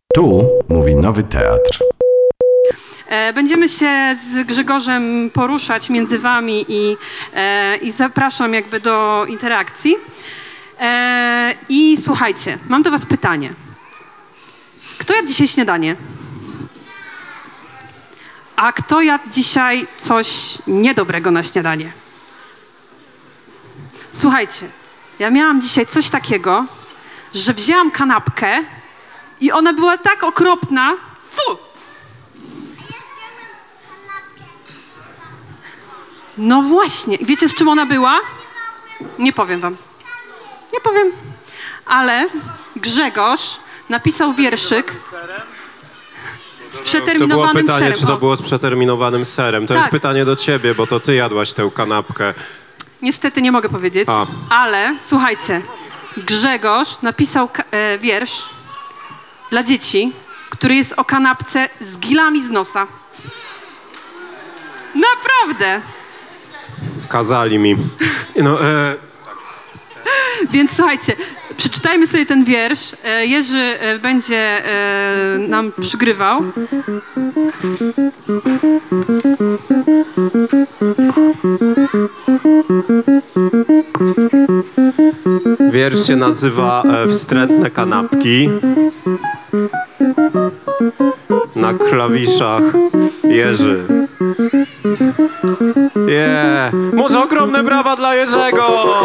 Tu mówi Nowy Teatr. Będziemy się z Grzegorzem poruszać między wami i zapraszam jakby do interakcji. I słuchajcie, mam do was pytanie. Kto jadł dzisiaj śniadanie? A kto jadł dzisiaj coś niedobrego na śniadanie? Słuchajcie, ja miałam dzisiaj coś takiego, że wzięłam kanapkę i ona była tak okropna. Fu! No właśnie. I wiecie, z czym ona była? Nie powiem wam. Nie powiem. Ale Grzegorz napisał wierszyk z przeterminowanym To było pytanie, serem. czy to było z przeterminowanym serem. To Tak. jest pytanie do ciebie, bo to ty jadłaś tę kanapkę. Niestety nie mogę powiedzieć, ale słuchajcie, Grzegorz napisał wiersz dla dzieci, który jest o kanapce z gilami z nosa. Naprawdę! Kazali mi. No, Więc słuchajcie, przeczytajmy sobie ten wiersz. Jerzy będzie nam przygrywał. wiersz się nazywa Wstrętne kanapki. Na klawiszach Jerzy. Może ogromne brawa dla Jerzego!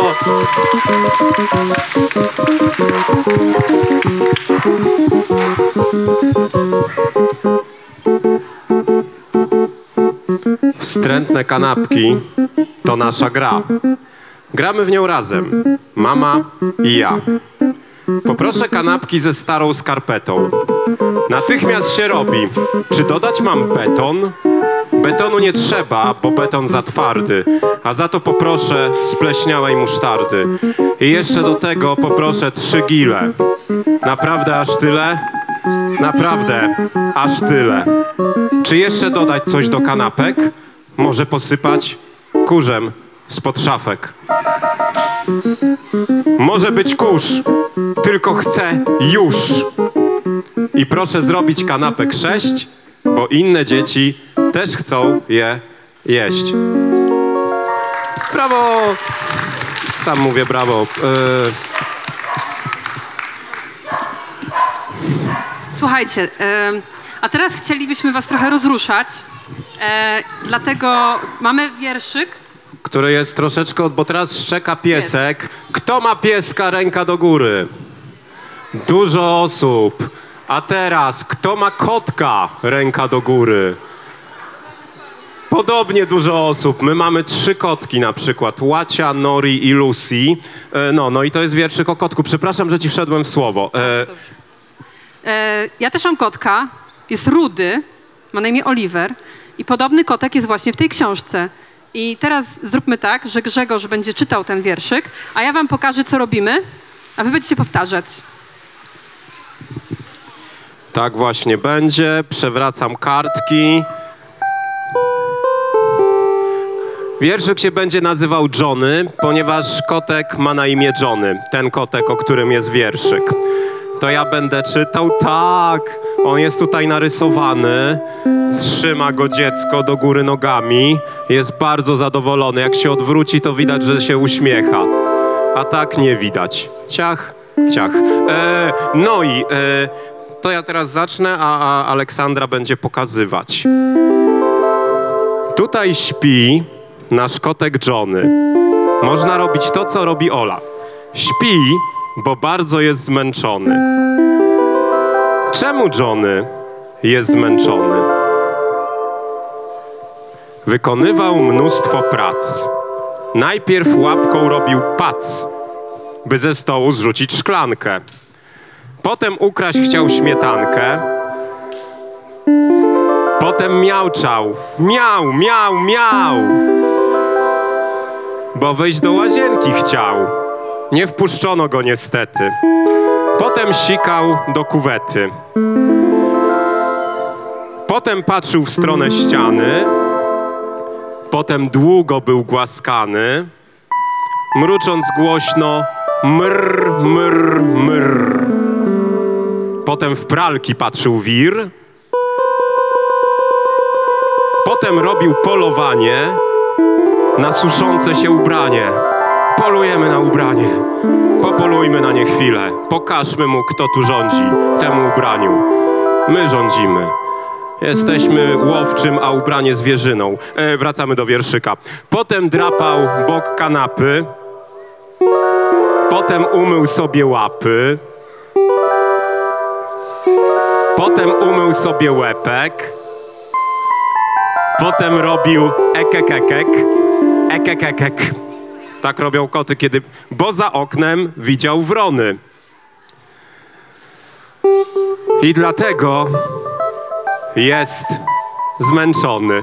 Wstrętne kanapki to nasza gra. Gramy w nią razem, mama i ja. Poproszę kanapki ze starą skarpetą. Natychmiast się robi. Czy dodać mam beton? Betonu nie trzeba, bo beton za twardy. A za to poproszę spleśniałej musztardy. I jeszcze do tego poproszę 3 gile. Naprawdę aż tyle? Naprawdę aż tyle. Czy jeszcze dodać coś do kanapek? Może posypać kurzem spod szafek. Może być kurz, tylko chcę już. I proszę zrobić kanapek 6, bo inne dzieci też chcą je jeść. Brawo! Sam mówię brawo. Słuchajcie, a teraz chcielibyśmy was trochę rozruszać, dlatego mamy wierszyk. Który jest troszeczkę, bo teraz szczeka piesek. Kto ma pieska, ręka do góry? Dużo osób. A teraz, kto ma kotka, ręka do góry? Podobnie dużo osób. My mamy 3 kotki na przykład. Łacia, Nori i Lucy. No i to jest wierszyk o kotku. Przepraszam, że ci wszedłem w słowo. Ja też mam kotka, jest rudy, ma na imię Oliver i podobny kotek jest właśnie w tej książce. I teraz zróbmy tak, że Grzegorz będzie czytał ten wierszyk, a ja wam pokażę, co robimy, a wy będziecie powtarzać. Tak właśnie będzie. Przewracam kartki. Wierszyk się będzie nazywał Johnny, ponieważ kotek ma na imię Johnny. Ten kotek, o którym jest wierszyk. To ja będę czytał, tak. On jest tutaj narysowany. Trzyma go dziecko do góry nogami. Jest bardzo zadowolony. Jak się odwróci, to widać, że się uśmiecha. A tak nie widać. Ciach, ciach. To ja teraz zacznę, a Aleksandra będzie pokazywać. Tutaj śpi nasz kotek Johnny. Można robić to, co robi Ola. Śpi, bo bardzo jest zmęczony. Czemu Johnny jest zmęczony? Wykonywał mnóstwo prac. Najpierw łapką robił pac, by ze stołu zrzucić szklankę. Potem ukraść chciał śmietankę. Potem miauczał. Miau, miau, miau. Bo wejść do łazienki chciał. Nie wpuszczono go niestety. Potem sikał do kuwety. Potem patrzył w stronę ściany. Potem długo był głaskany, mrucząc głośno mrr, mrr, mrr. Potem w pralki patrzył wir. Potem robił polowanie na suszące się ubranie. Polujemy na ubranie. Popolujmy na nie chwilę. Pokażmy mu, kto tu rządzi, temu ubraniu. My rządzimy. Jesteśmy łowczym, a ubranie zwierzyną. Wracamy do wierszyka. Potem drapał bok kanapy. Potem umył sobie łapy. Potem umył sobie łepek. Potem robił ekekekek. Ekekekek. Tak robią koty, bo za oknem widział wrony. I dlatego jest zmęczony.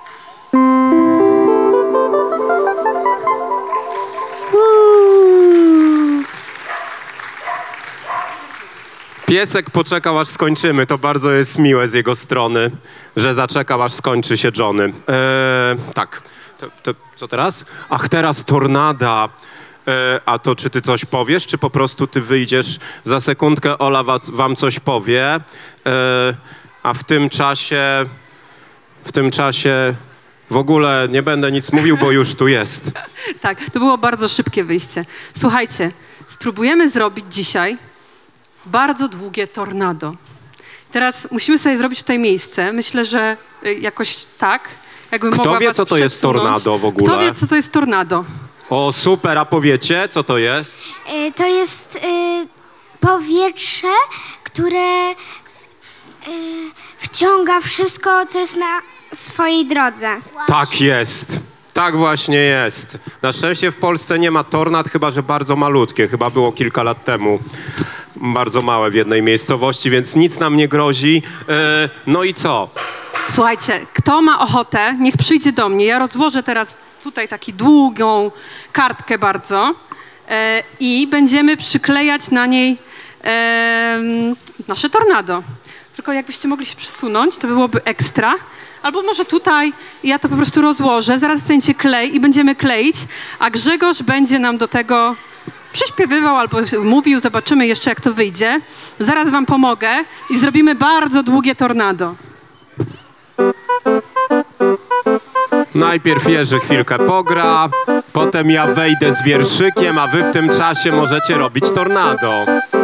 Piesek poczekał, aż skończymy. To bardzo jest miłe z jego strony, że zaczekał, aż skończy się Johnny. Tak. Co teraz? Ach, teraz tornada. A to czy ty coś powiesz, czy po prostu ty wyjdziesz za sekundkę, Ola wam coś powie, a w tym czasie w ogóle nie będę nic mówił, bo już tu jest. Tak, to było bardzo szybkie wyjście. Słuchajcie, spróbujemy zrobić dzisiaj bardzo długie tornado. Teraz musimy sobie zrobić tutaj miejsce. Myślę, że jakoś tak, jakbym mogła was Kto wie, co to jest przesunąć. tornado w ogóle? Kto wie, co to jest tornado? O, super, a powiecie, co to jest? To jest powietrze, które wciąga wszystko, co jest na swojej drodze. Tak jest. Tak właśnie jest. Na szczęście w Polsce nie ma tornad, chyba że bardzo malutkie. Chyba było kilka lat temu. Bardzo małe w jednej miejscowości, więc nic nam nie grozi. No i co? Słuchajcie, kto ma ochotę, niech przyjdzie do mnie. Ja rozłożę teraz tutaj taką długą kartkę bardzo i będziemy przyklejać na niej nasze tornado. Tylko jakbyście mogli się przesunąć, to byłoby ekstra. Albo może tutaj, ja to po prostu rozłożę, zaraz zdejmiecie klej i będziemy kleić, a Grzegorz będzie nam do tego przyśpiewywał albo mówił, zobaczymy jeszcze jak to wyjdzie. Zaraz wam pomogę i zrobimy bardzo długie tornado. Najpierw Jerzy chwilkę pogra, potem ja wejdę z wierszykiem, a wy w tym czasie możecie robić tornado.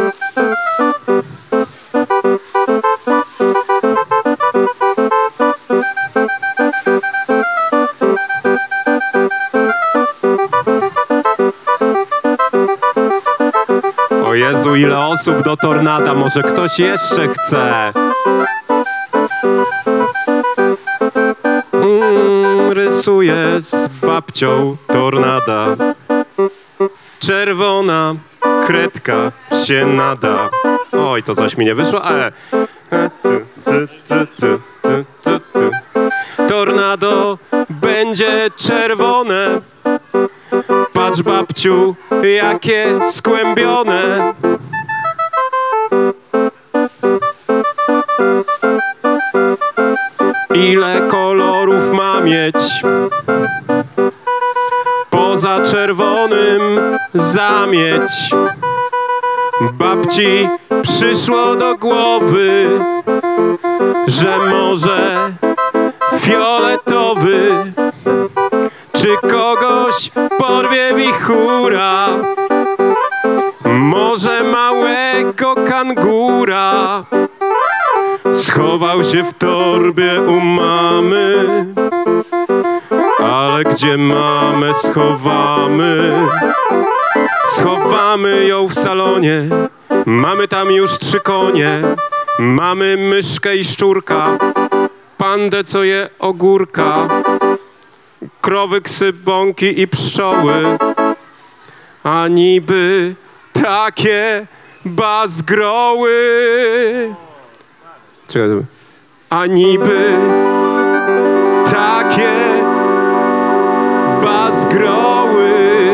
O Jezu, ile osób do tornada, może ktoś jeszcze chce? Rysuję z babcią tornada. Czerwona kredka się nada. Oj, to coś mi nie wyszło, ale... Tornado będzie czerwone. Patrz, babciu, jakie skłębione. Ile kolorów ma mieć? Poza czerwonym zamieć. Babci przyszło do głowy, że może fioletowy. Czy kogoś porwie wichura? Może małego kangura? Schował się w torbie u mamy, ale gdzie mamę schowamy? Schowamy ją w salonie, mamy tam już 3 konie. Mamy myszkę i szczurka, pandę co je ogórka, krowy, psy, bąki i pszczoły, a niby takie bazgroły. A niby takie bazgroły.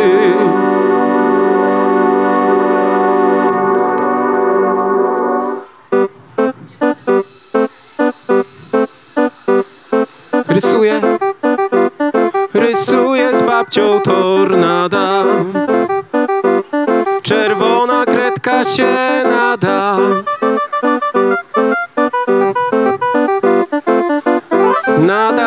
Rysuję z babcią tornada. Czerwona kredka się nada.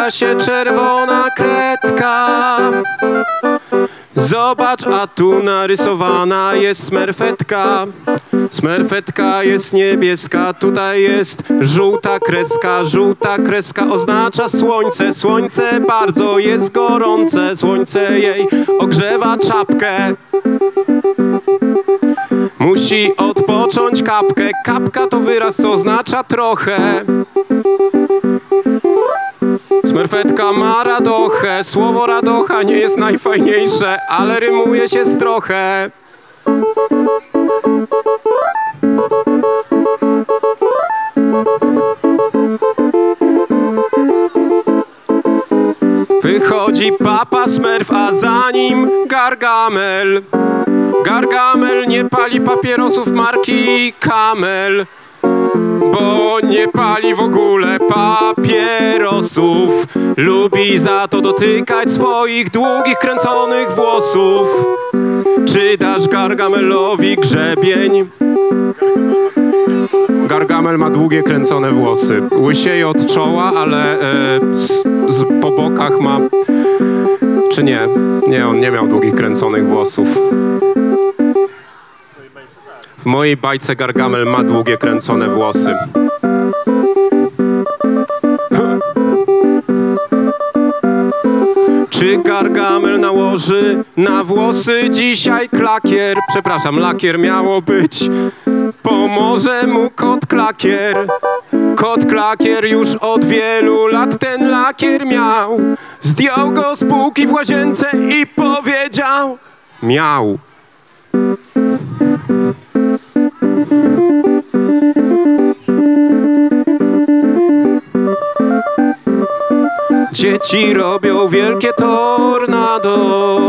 pojawia się czerwona kredka. Zobacz, a tu narysowana jest smerfetka. Smerfetka jest niebieska, tutaj jest żółta kreska. Żółta kreska oznacza słońce. Słońce bardzo jest gorące. Słońce jej ogrzewa czapkę. Musi odpocząć kapkę. Kapka to wyraz, co oznacza trochę. Smerfetka ma radochę. Słowo radocha nie jest najfajniejsze, ale rymuje się z trochę. Wychodzi papa Smerf, a za nim Gargamel. Gargamel nie pali papierosów marki Camel, bo nie pali w ogóle papierosów. Lubi za to dotykać swoich długich, kręconych włosów. Czy dasz Gargamelowi grzebień? Gargamel ma długie, kręcone włosy. Łysieje od czoła, ale po bokach ma... Czy nie? Nie, on nie miał długich, kręconych włosów. W mojej bajce Gargamel ma długie, kręcone włosy. Czy Gargamel nałoży na włosy dzisiaj klakier? Przepraszam, lakier miało być. Pomoże mu kot klakier. Kot klakier już od wielu lat ten lakier miał. Zdjął go z półki w łazience i powiedział miał. Dzieci robią wielkie tornado,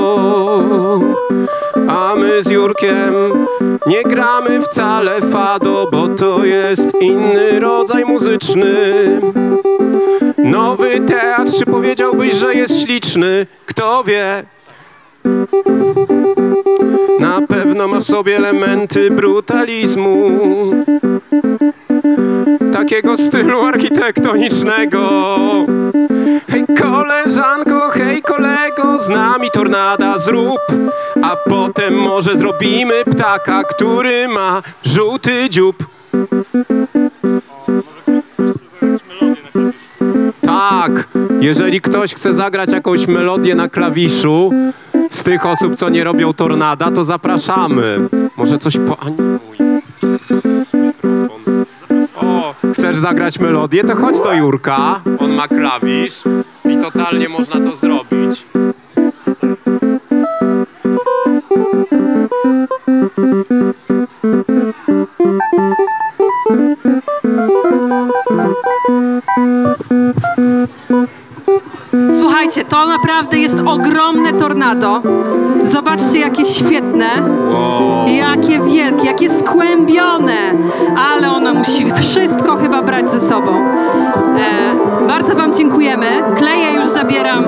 a my z Jurkiem nie gramy wcale fado, bo to jest inny rodzaj muzyczny. Nowy teatr, czy powiedziałbyś, że jest śliczny? Kto wie? Na pewno ma w sobie elementy brutalizmu, takiego stylu architektonicznego. Hej koleżanko, hej kolego, z nami tornada zrób, a potem może zrobimy ptaka, który ma żółty dziób. Tak, jeżeli ktoś chce zagrać jakąś melodię na klawiszu z tych osób, co nie robią tornada, to zapraszamy. Może coś poanimuj. O, chcesz zagrać melodię? To chodź do Jurka. On ma klawisz i totalnie można to zrobić. Słuchajcie, to naprawdę jest ogromne tornado. Zobaczcie, jakie świetne, jakie wielkie, jakie skłębione, ale ono musi wszystko chyba brać ze sobą. Bardzo wam dziękujemy. Kleję już zabieram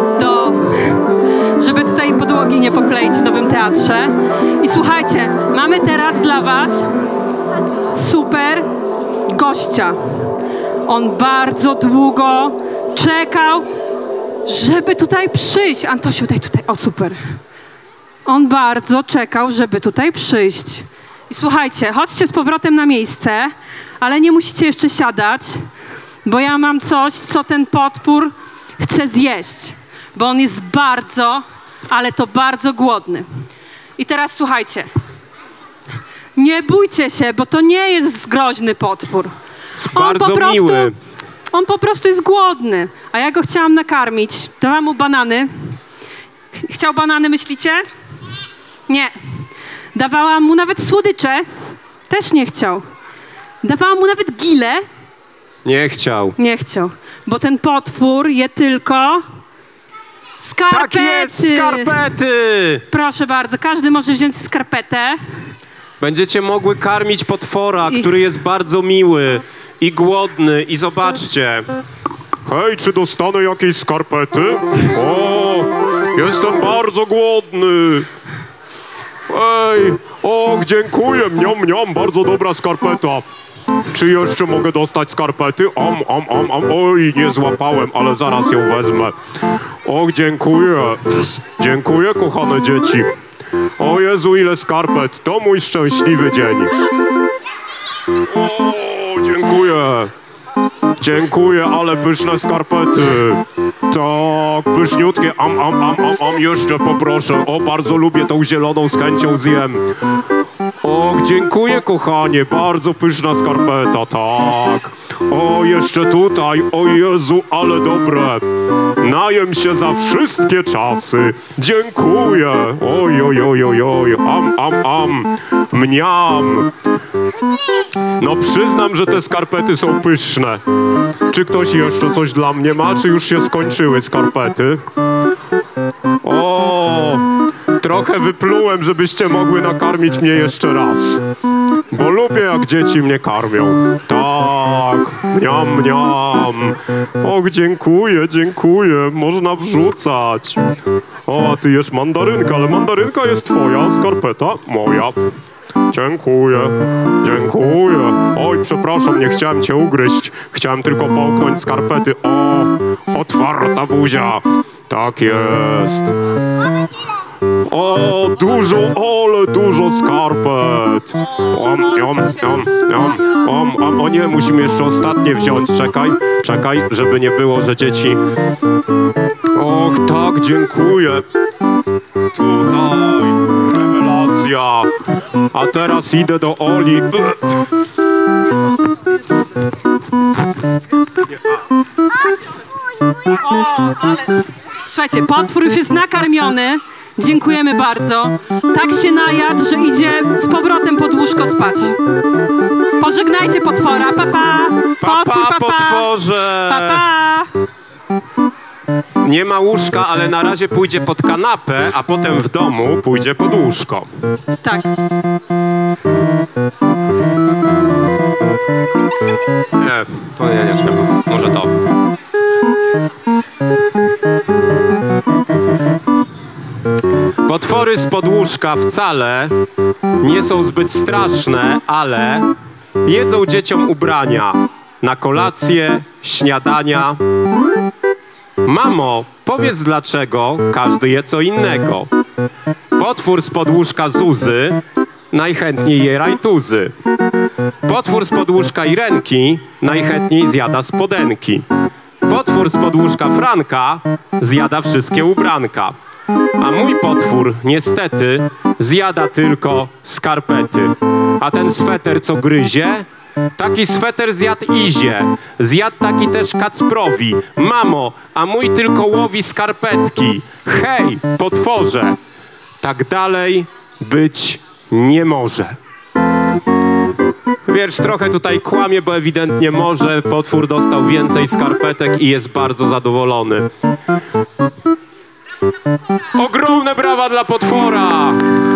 żeby tutaj podłogi nie pokleić w Nowym Teatrze. I słuchajcie, mamy teraz dla was super gościa. On bardzo długo czekał, żeby tutaj przyjść. Antosiu, daj tutaj. O, super. On bardzo czekał, żeby tutaj przyjść. I słuchajcie, chodźcie z powrotem na miejsce, ale nie musicie jeszcze siadać, bo ja mam coś, co ten potwór chce zjeść. Bo on jest bardzo, ale to bardzo głodny. I teraz słuchajcie. Nie bójcie się, bo to nie jest groźny potwór. Bardzo miły. On po prostu jest głodny, a ja go chciałam nakarmić. Dałam mu banany. Chciał banany, myślicie? Nie. Dawałam mu nawet słodycze. Też nie chciał. Dawałam mu nawet gile. Nie chciał. Nie chciał, bo ten potwór je tylko skarpety. Tak jest, skarpety! Proszę bardzo, każdy może wziąć skarpetę. Będziecie mogły karmić potwora, który jest bardzo miły i głodny. I zobaczcie. Hej, czy dostanę jakieś skarpety? O, jestem bardzo głodny. Hej, o, dziękuję, mniam, mniam, bardzo dobra skarpeta. Czy jeszcze mogę dostać skarpety? Oj, nie złapałem, ale zaraz ją wezmę. Och, dziękuję. Dziękuję, kochane dzieci. O Jezu, ile skarpet. To mój szczęśliwy dzień. O, dziękuję. Dziękuję, ale pyszne skarpety. Tak, pyszniutkie. Jeszcze poproszę. O, bardzo lubię tą zieloną, z chęcią zjem. Och, dziękuję, kochanie. Bardzo pyszna skarpeta, tak. O, jeszcze tutaj. O Jezu, ale dobre. Najem się za wszystkie czasy. Dziękuję. Oj. Mniam. No przyznam, że te skarpety są pyszne. Czy ktoś jeszcze coś dla mnie ma, czy już się skończyły skarpety? O, trochę wyplułem, żebyście mogły nakarmić mnie jeszcze raz. Bo lubię, jak dzieci mnie karmią. Tak, mniam. Och, dziękuję, można wrzucać. O, a ty jesz mandarynkę, ale mandarynka jest twoja, skarpeta moja. Dziękuję. Oj, przepraszam, nie chciałem cię ugryźć. Chciałem tylko połknąć skarpety. O, otwarta buzia. Tak jest. O, dużo skarpet. O nie, musimy jeszcze ostatnie wziąć. Czekaj, żeby nie było, że dzieci... Och, tak, dziękuję. Tutaj, rewelacja. A teraz idę do Oli. Słuchajcie, potwór już jest nakarmiony. Dziękujemy bardzo. Tak się najadł, że idzie z powrotem pod łóżko spać. Pożegnajcie potwora. Pa, pa. Potwór, pa, pa. Potworze! Pa, pa. Nie ma łóżka, ale na razie pójdzie pod kanapę, a potem w domu pójdzie pod łóżko. Tak. Nie, to nie trzeba. Może to. Potwory spod łóżka wcale nie są zbyt straszne, ale jedzą dzieciom ubrania na kolację, śniadania. Mamo, powiedz dlaczego każdy je co innego. Potwór spod łóżka Zuzy najchętniej je rajtuzy. Potwór spod łóżka Irenki najchętniej zjada spodenki. Potwór spod łóżka Franka zjada wszystkie ubranka. A mój potwór niestety zjada tylko skarpety. A ten sweter co gryzie? Taki sweter zjadł Izie. Zjadł taki też Kacprowi. Mamo, a mój tylko łowi skarpetki. Hej, potworze! Tak dalej być nie może. Wiersz trochę tutaj kłamie, bo ewidentnie może. Potwór dostał więcej skarpetek i jest bardzo zadowolony. Ogromne brawa dla potwora!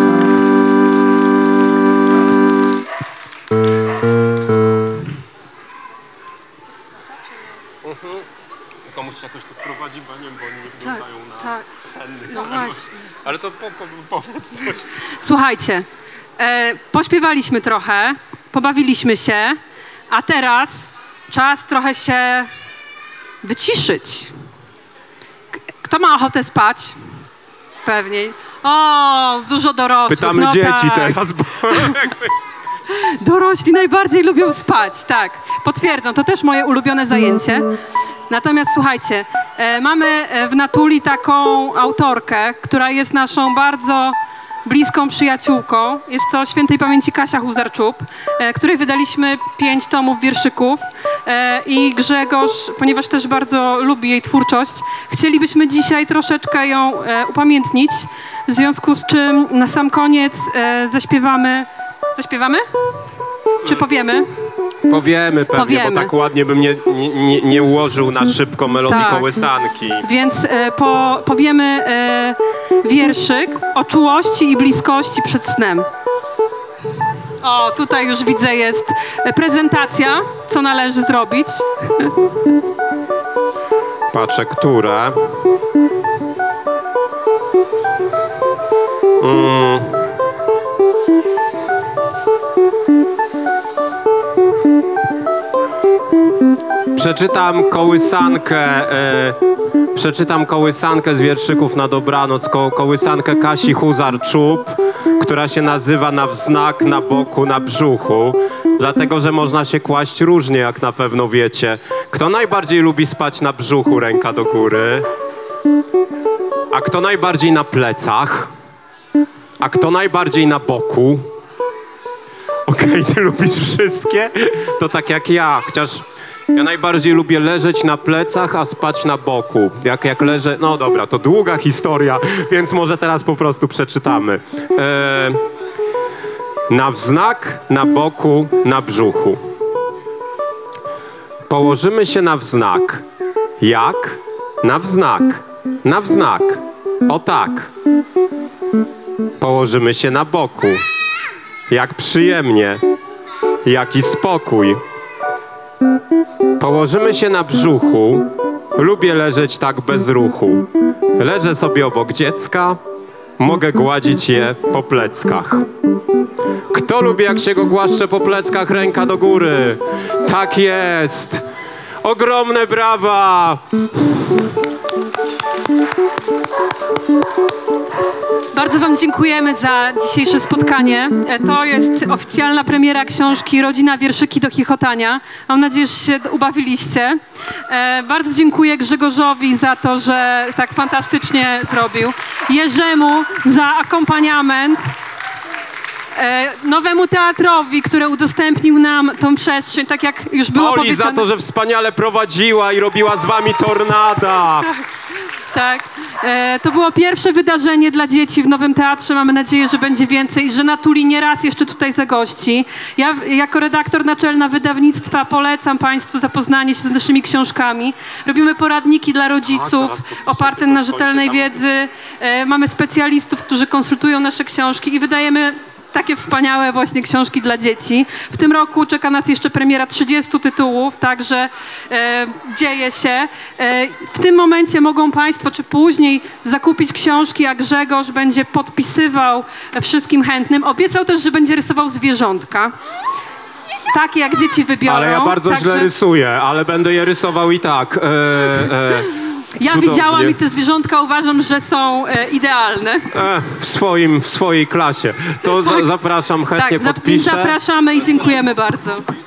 Tylko musisz jakoś to wprowadzić, bo nie, bo oni nie wyglądają na sennych. No właśnie. Ale to powiedz coś. Słuchajcie, pośpiewaliśmy trochę, pobawiliśmy się, a teraz czas trochę się wyciszyć. Kto ma ochotę spać? Pewnie. O, dużo dorosłych. Pytamy no dzieci tak. teraz, bo... Dorośli najbardziej lubią spać, tak. Potwierdzam, to też moje ulubione zajęcie. Natomiast słuchajcie, mamy w Natuli taką autorkę, która jest naszą bardzo bliską przyjaciółką. Jest to świętej pamięci Kasia Huzarczuk, której wydaliśmy 5 tomów wierszyków. I Grzegorz, ponieważ też bardzo lubi jej twórczość, chcielibyśmy dzisiaj troszeczkę ją upamiętnić, w związku z czym na sam koniec zaśpiewamy. Zaśpiewamy? Czy powiemy? Powiemy pewnie, Powiemy. bo tak ładnie bym nie ułożył na szybko melodii Tak. kołysanki. Więc powiemy wierszyk o czułości i bliskości przed snem. O, tutaj już widzę jest prezentacja, co należy zrobić. Patrzę, które. Przeczytam kołysankę z wierszyków na dobranoc, kołysankę Kasi Huzar-Czub, która się nazywa Na wznak, na boku, na brzuchu, dlatego, że można się kłaść różnie, jak na pewno wiecie. Kto najbardziej lubi spać na brzuchu? Ręka do góry. A kto najbardziej na plecach? A kto najbardziej na boku? Okej, ty lubisz wszystkie? To tak jak ja, chociaż ja najbardziej lubię leżeć na plecach, a spać na boku. Jak leżę... No dobra, to długa historia, więc może teraz po prostu przeczytamy. Na wznak, na boku, na brzuchu. Położymy się na wznak. Jak? Na wznak. Na wznak. O tak. Położymy się na boku. Jak przyjemnie. Jaki spokój. Położymy się na brzuchu. Lubię leżeć tak bez ruchu. Leżę sobie obok dziecka. Mogę gładzić je po pleckach. Kto lubi, jak się go głaszcze po pleckach? Ręka do góry. Tak jest. Ogromne brawa. Bardzo wam dziękujemy za dzisiejsze spotkanie. To jest oficjalna premiera książki Rodzina wierszyki do chichotania. Mam nadzieję, że się ubawiliście. Bardzo dziękuję Grzegorzowi za to, że tak fantastycznie zrobił. Jerzemu za akompaniament. Nowemu teatrowi, który udostępnił nam tą przestrzeń, tak jak już było Oli powiedziane. za to, że wspaniale prowadziła i robiła z wami tornada. Tak. To było pierwsze wydarzenie dla dzieci w Nowym Teatrze. Mamy nadzieję, że będzie więcej i że Natuli nie raz jeszcze tutaj zagości. Ja jako redaktor naczelna wydawnictwa polecam Państwu zapoznanie się z naszymi książkami. Robimy poradniki dla rodziców oparte na rzetelnej wiedzy. Mamy specjalistów, którzy konsultują nasze książki i wydajemy takie wspaniałe właśnie książki dla dzieci. W tym roku czeka nas jeszcze premiera 30 tytułów, także dzieje się. W tym momencie mogą Państwo, czy później, zakupić książki, a Grzegorz będzie podpisywał wszystkim chętnym. Obiecał też, że będzie rysował zwierzątka. Takie, jak dzieci wybiorą. Ale ja bardzo źle rysuję, ale będę je rysował i tak. Ja Cudownie. widziałam i te zwierzątka uważam, że są idealne. W swojej klasie. To zapraszam, chętnie Tak, podpiszę. zapraszamy i dziękujemy bardzo.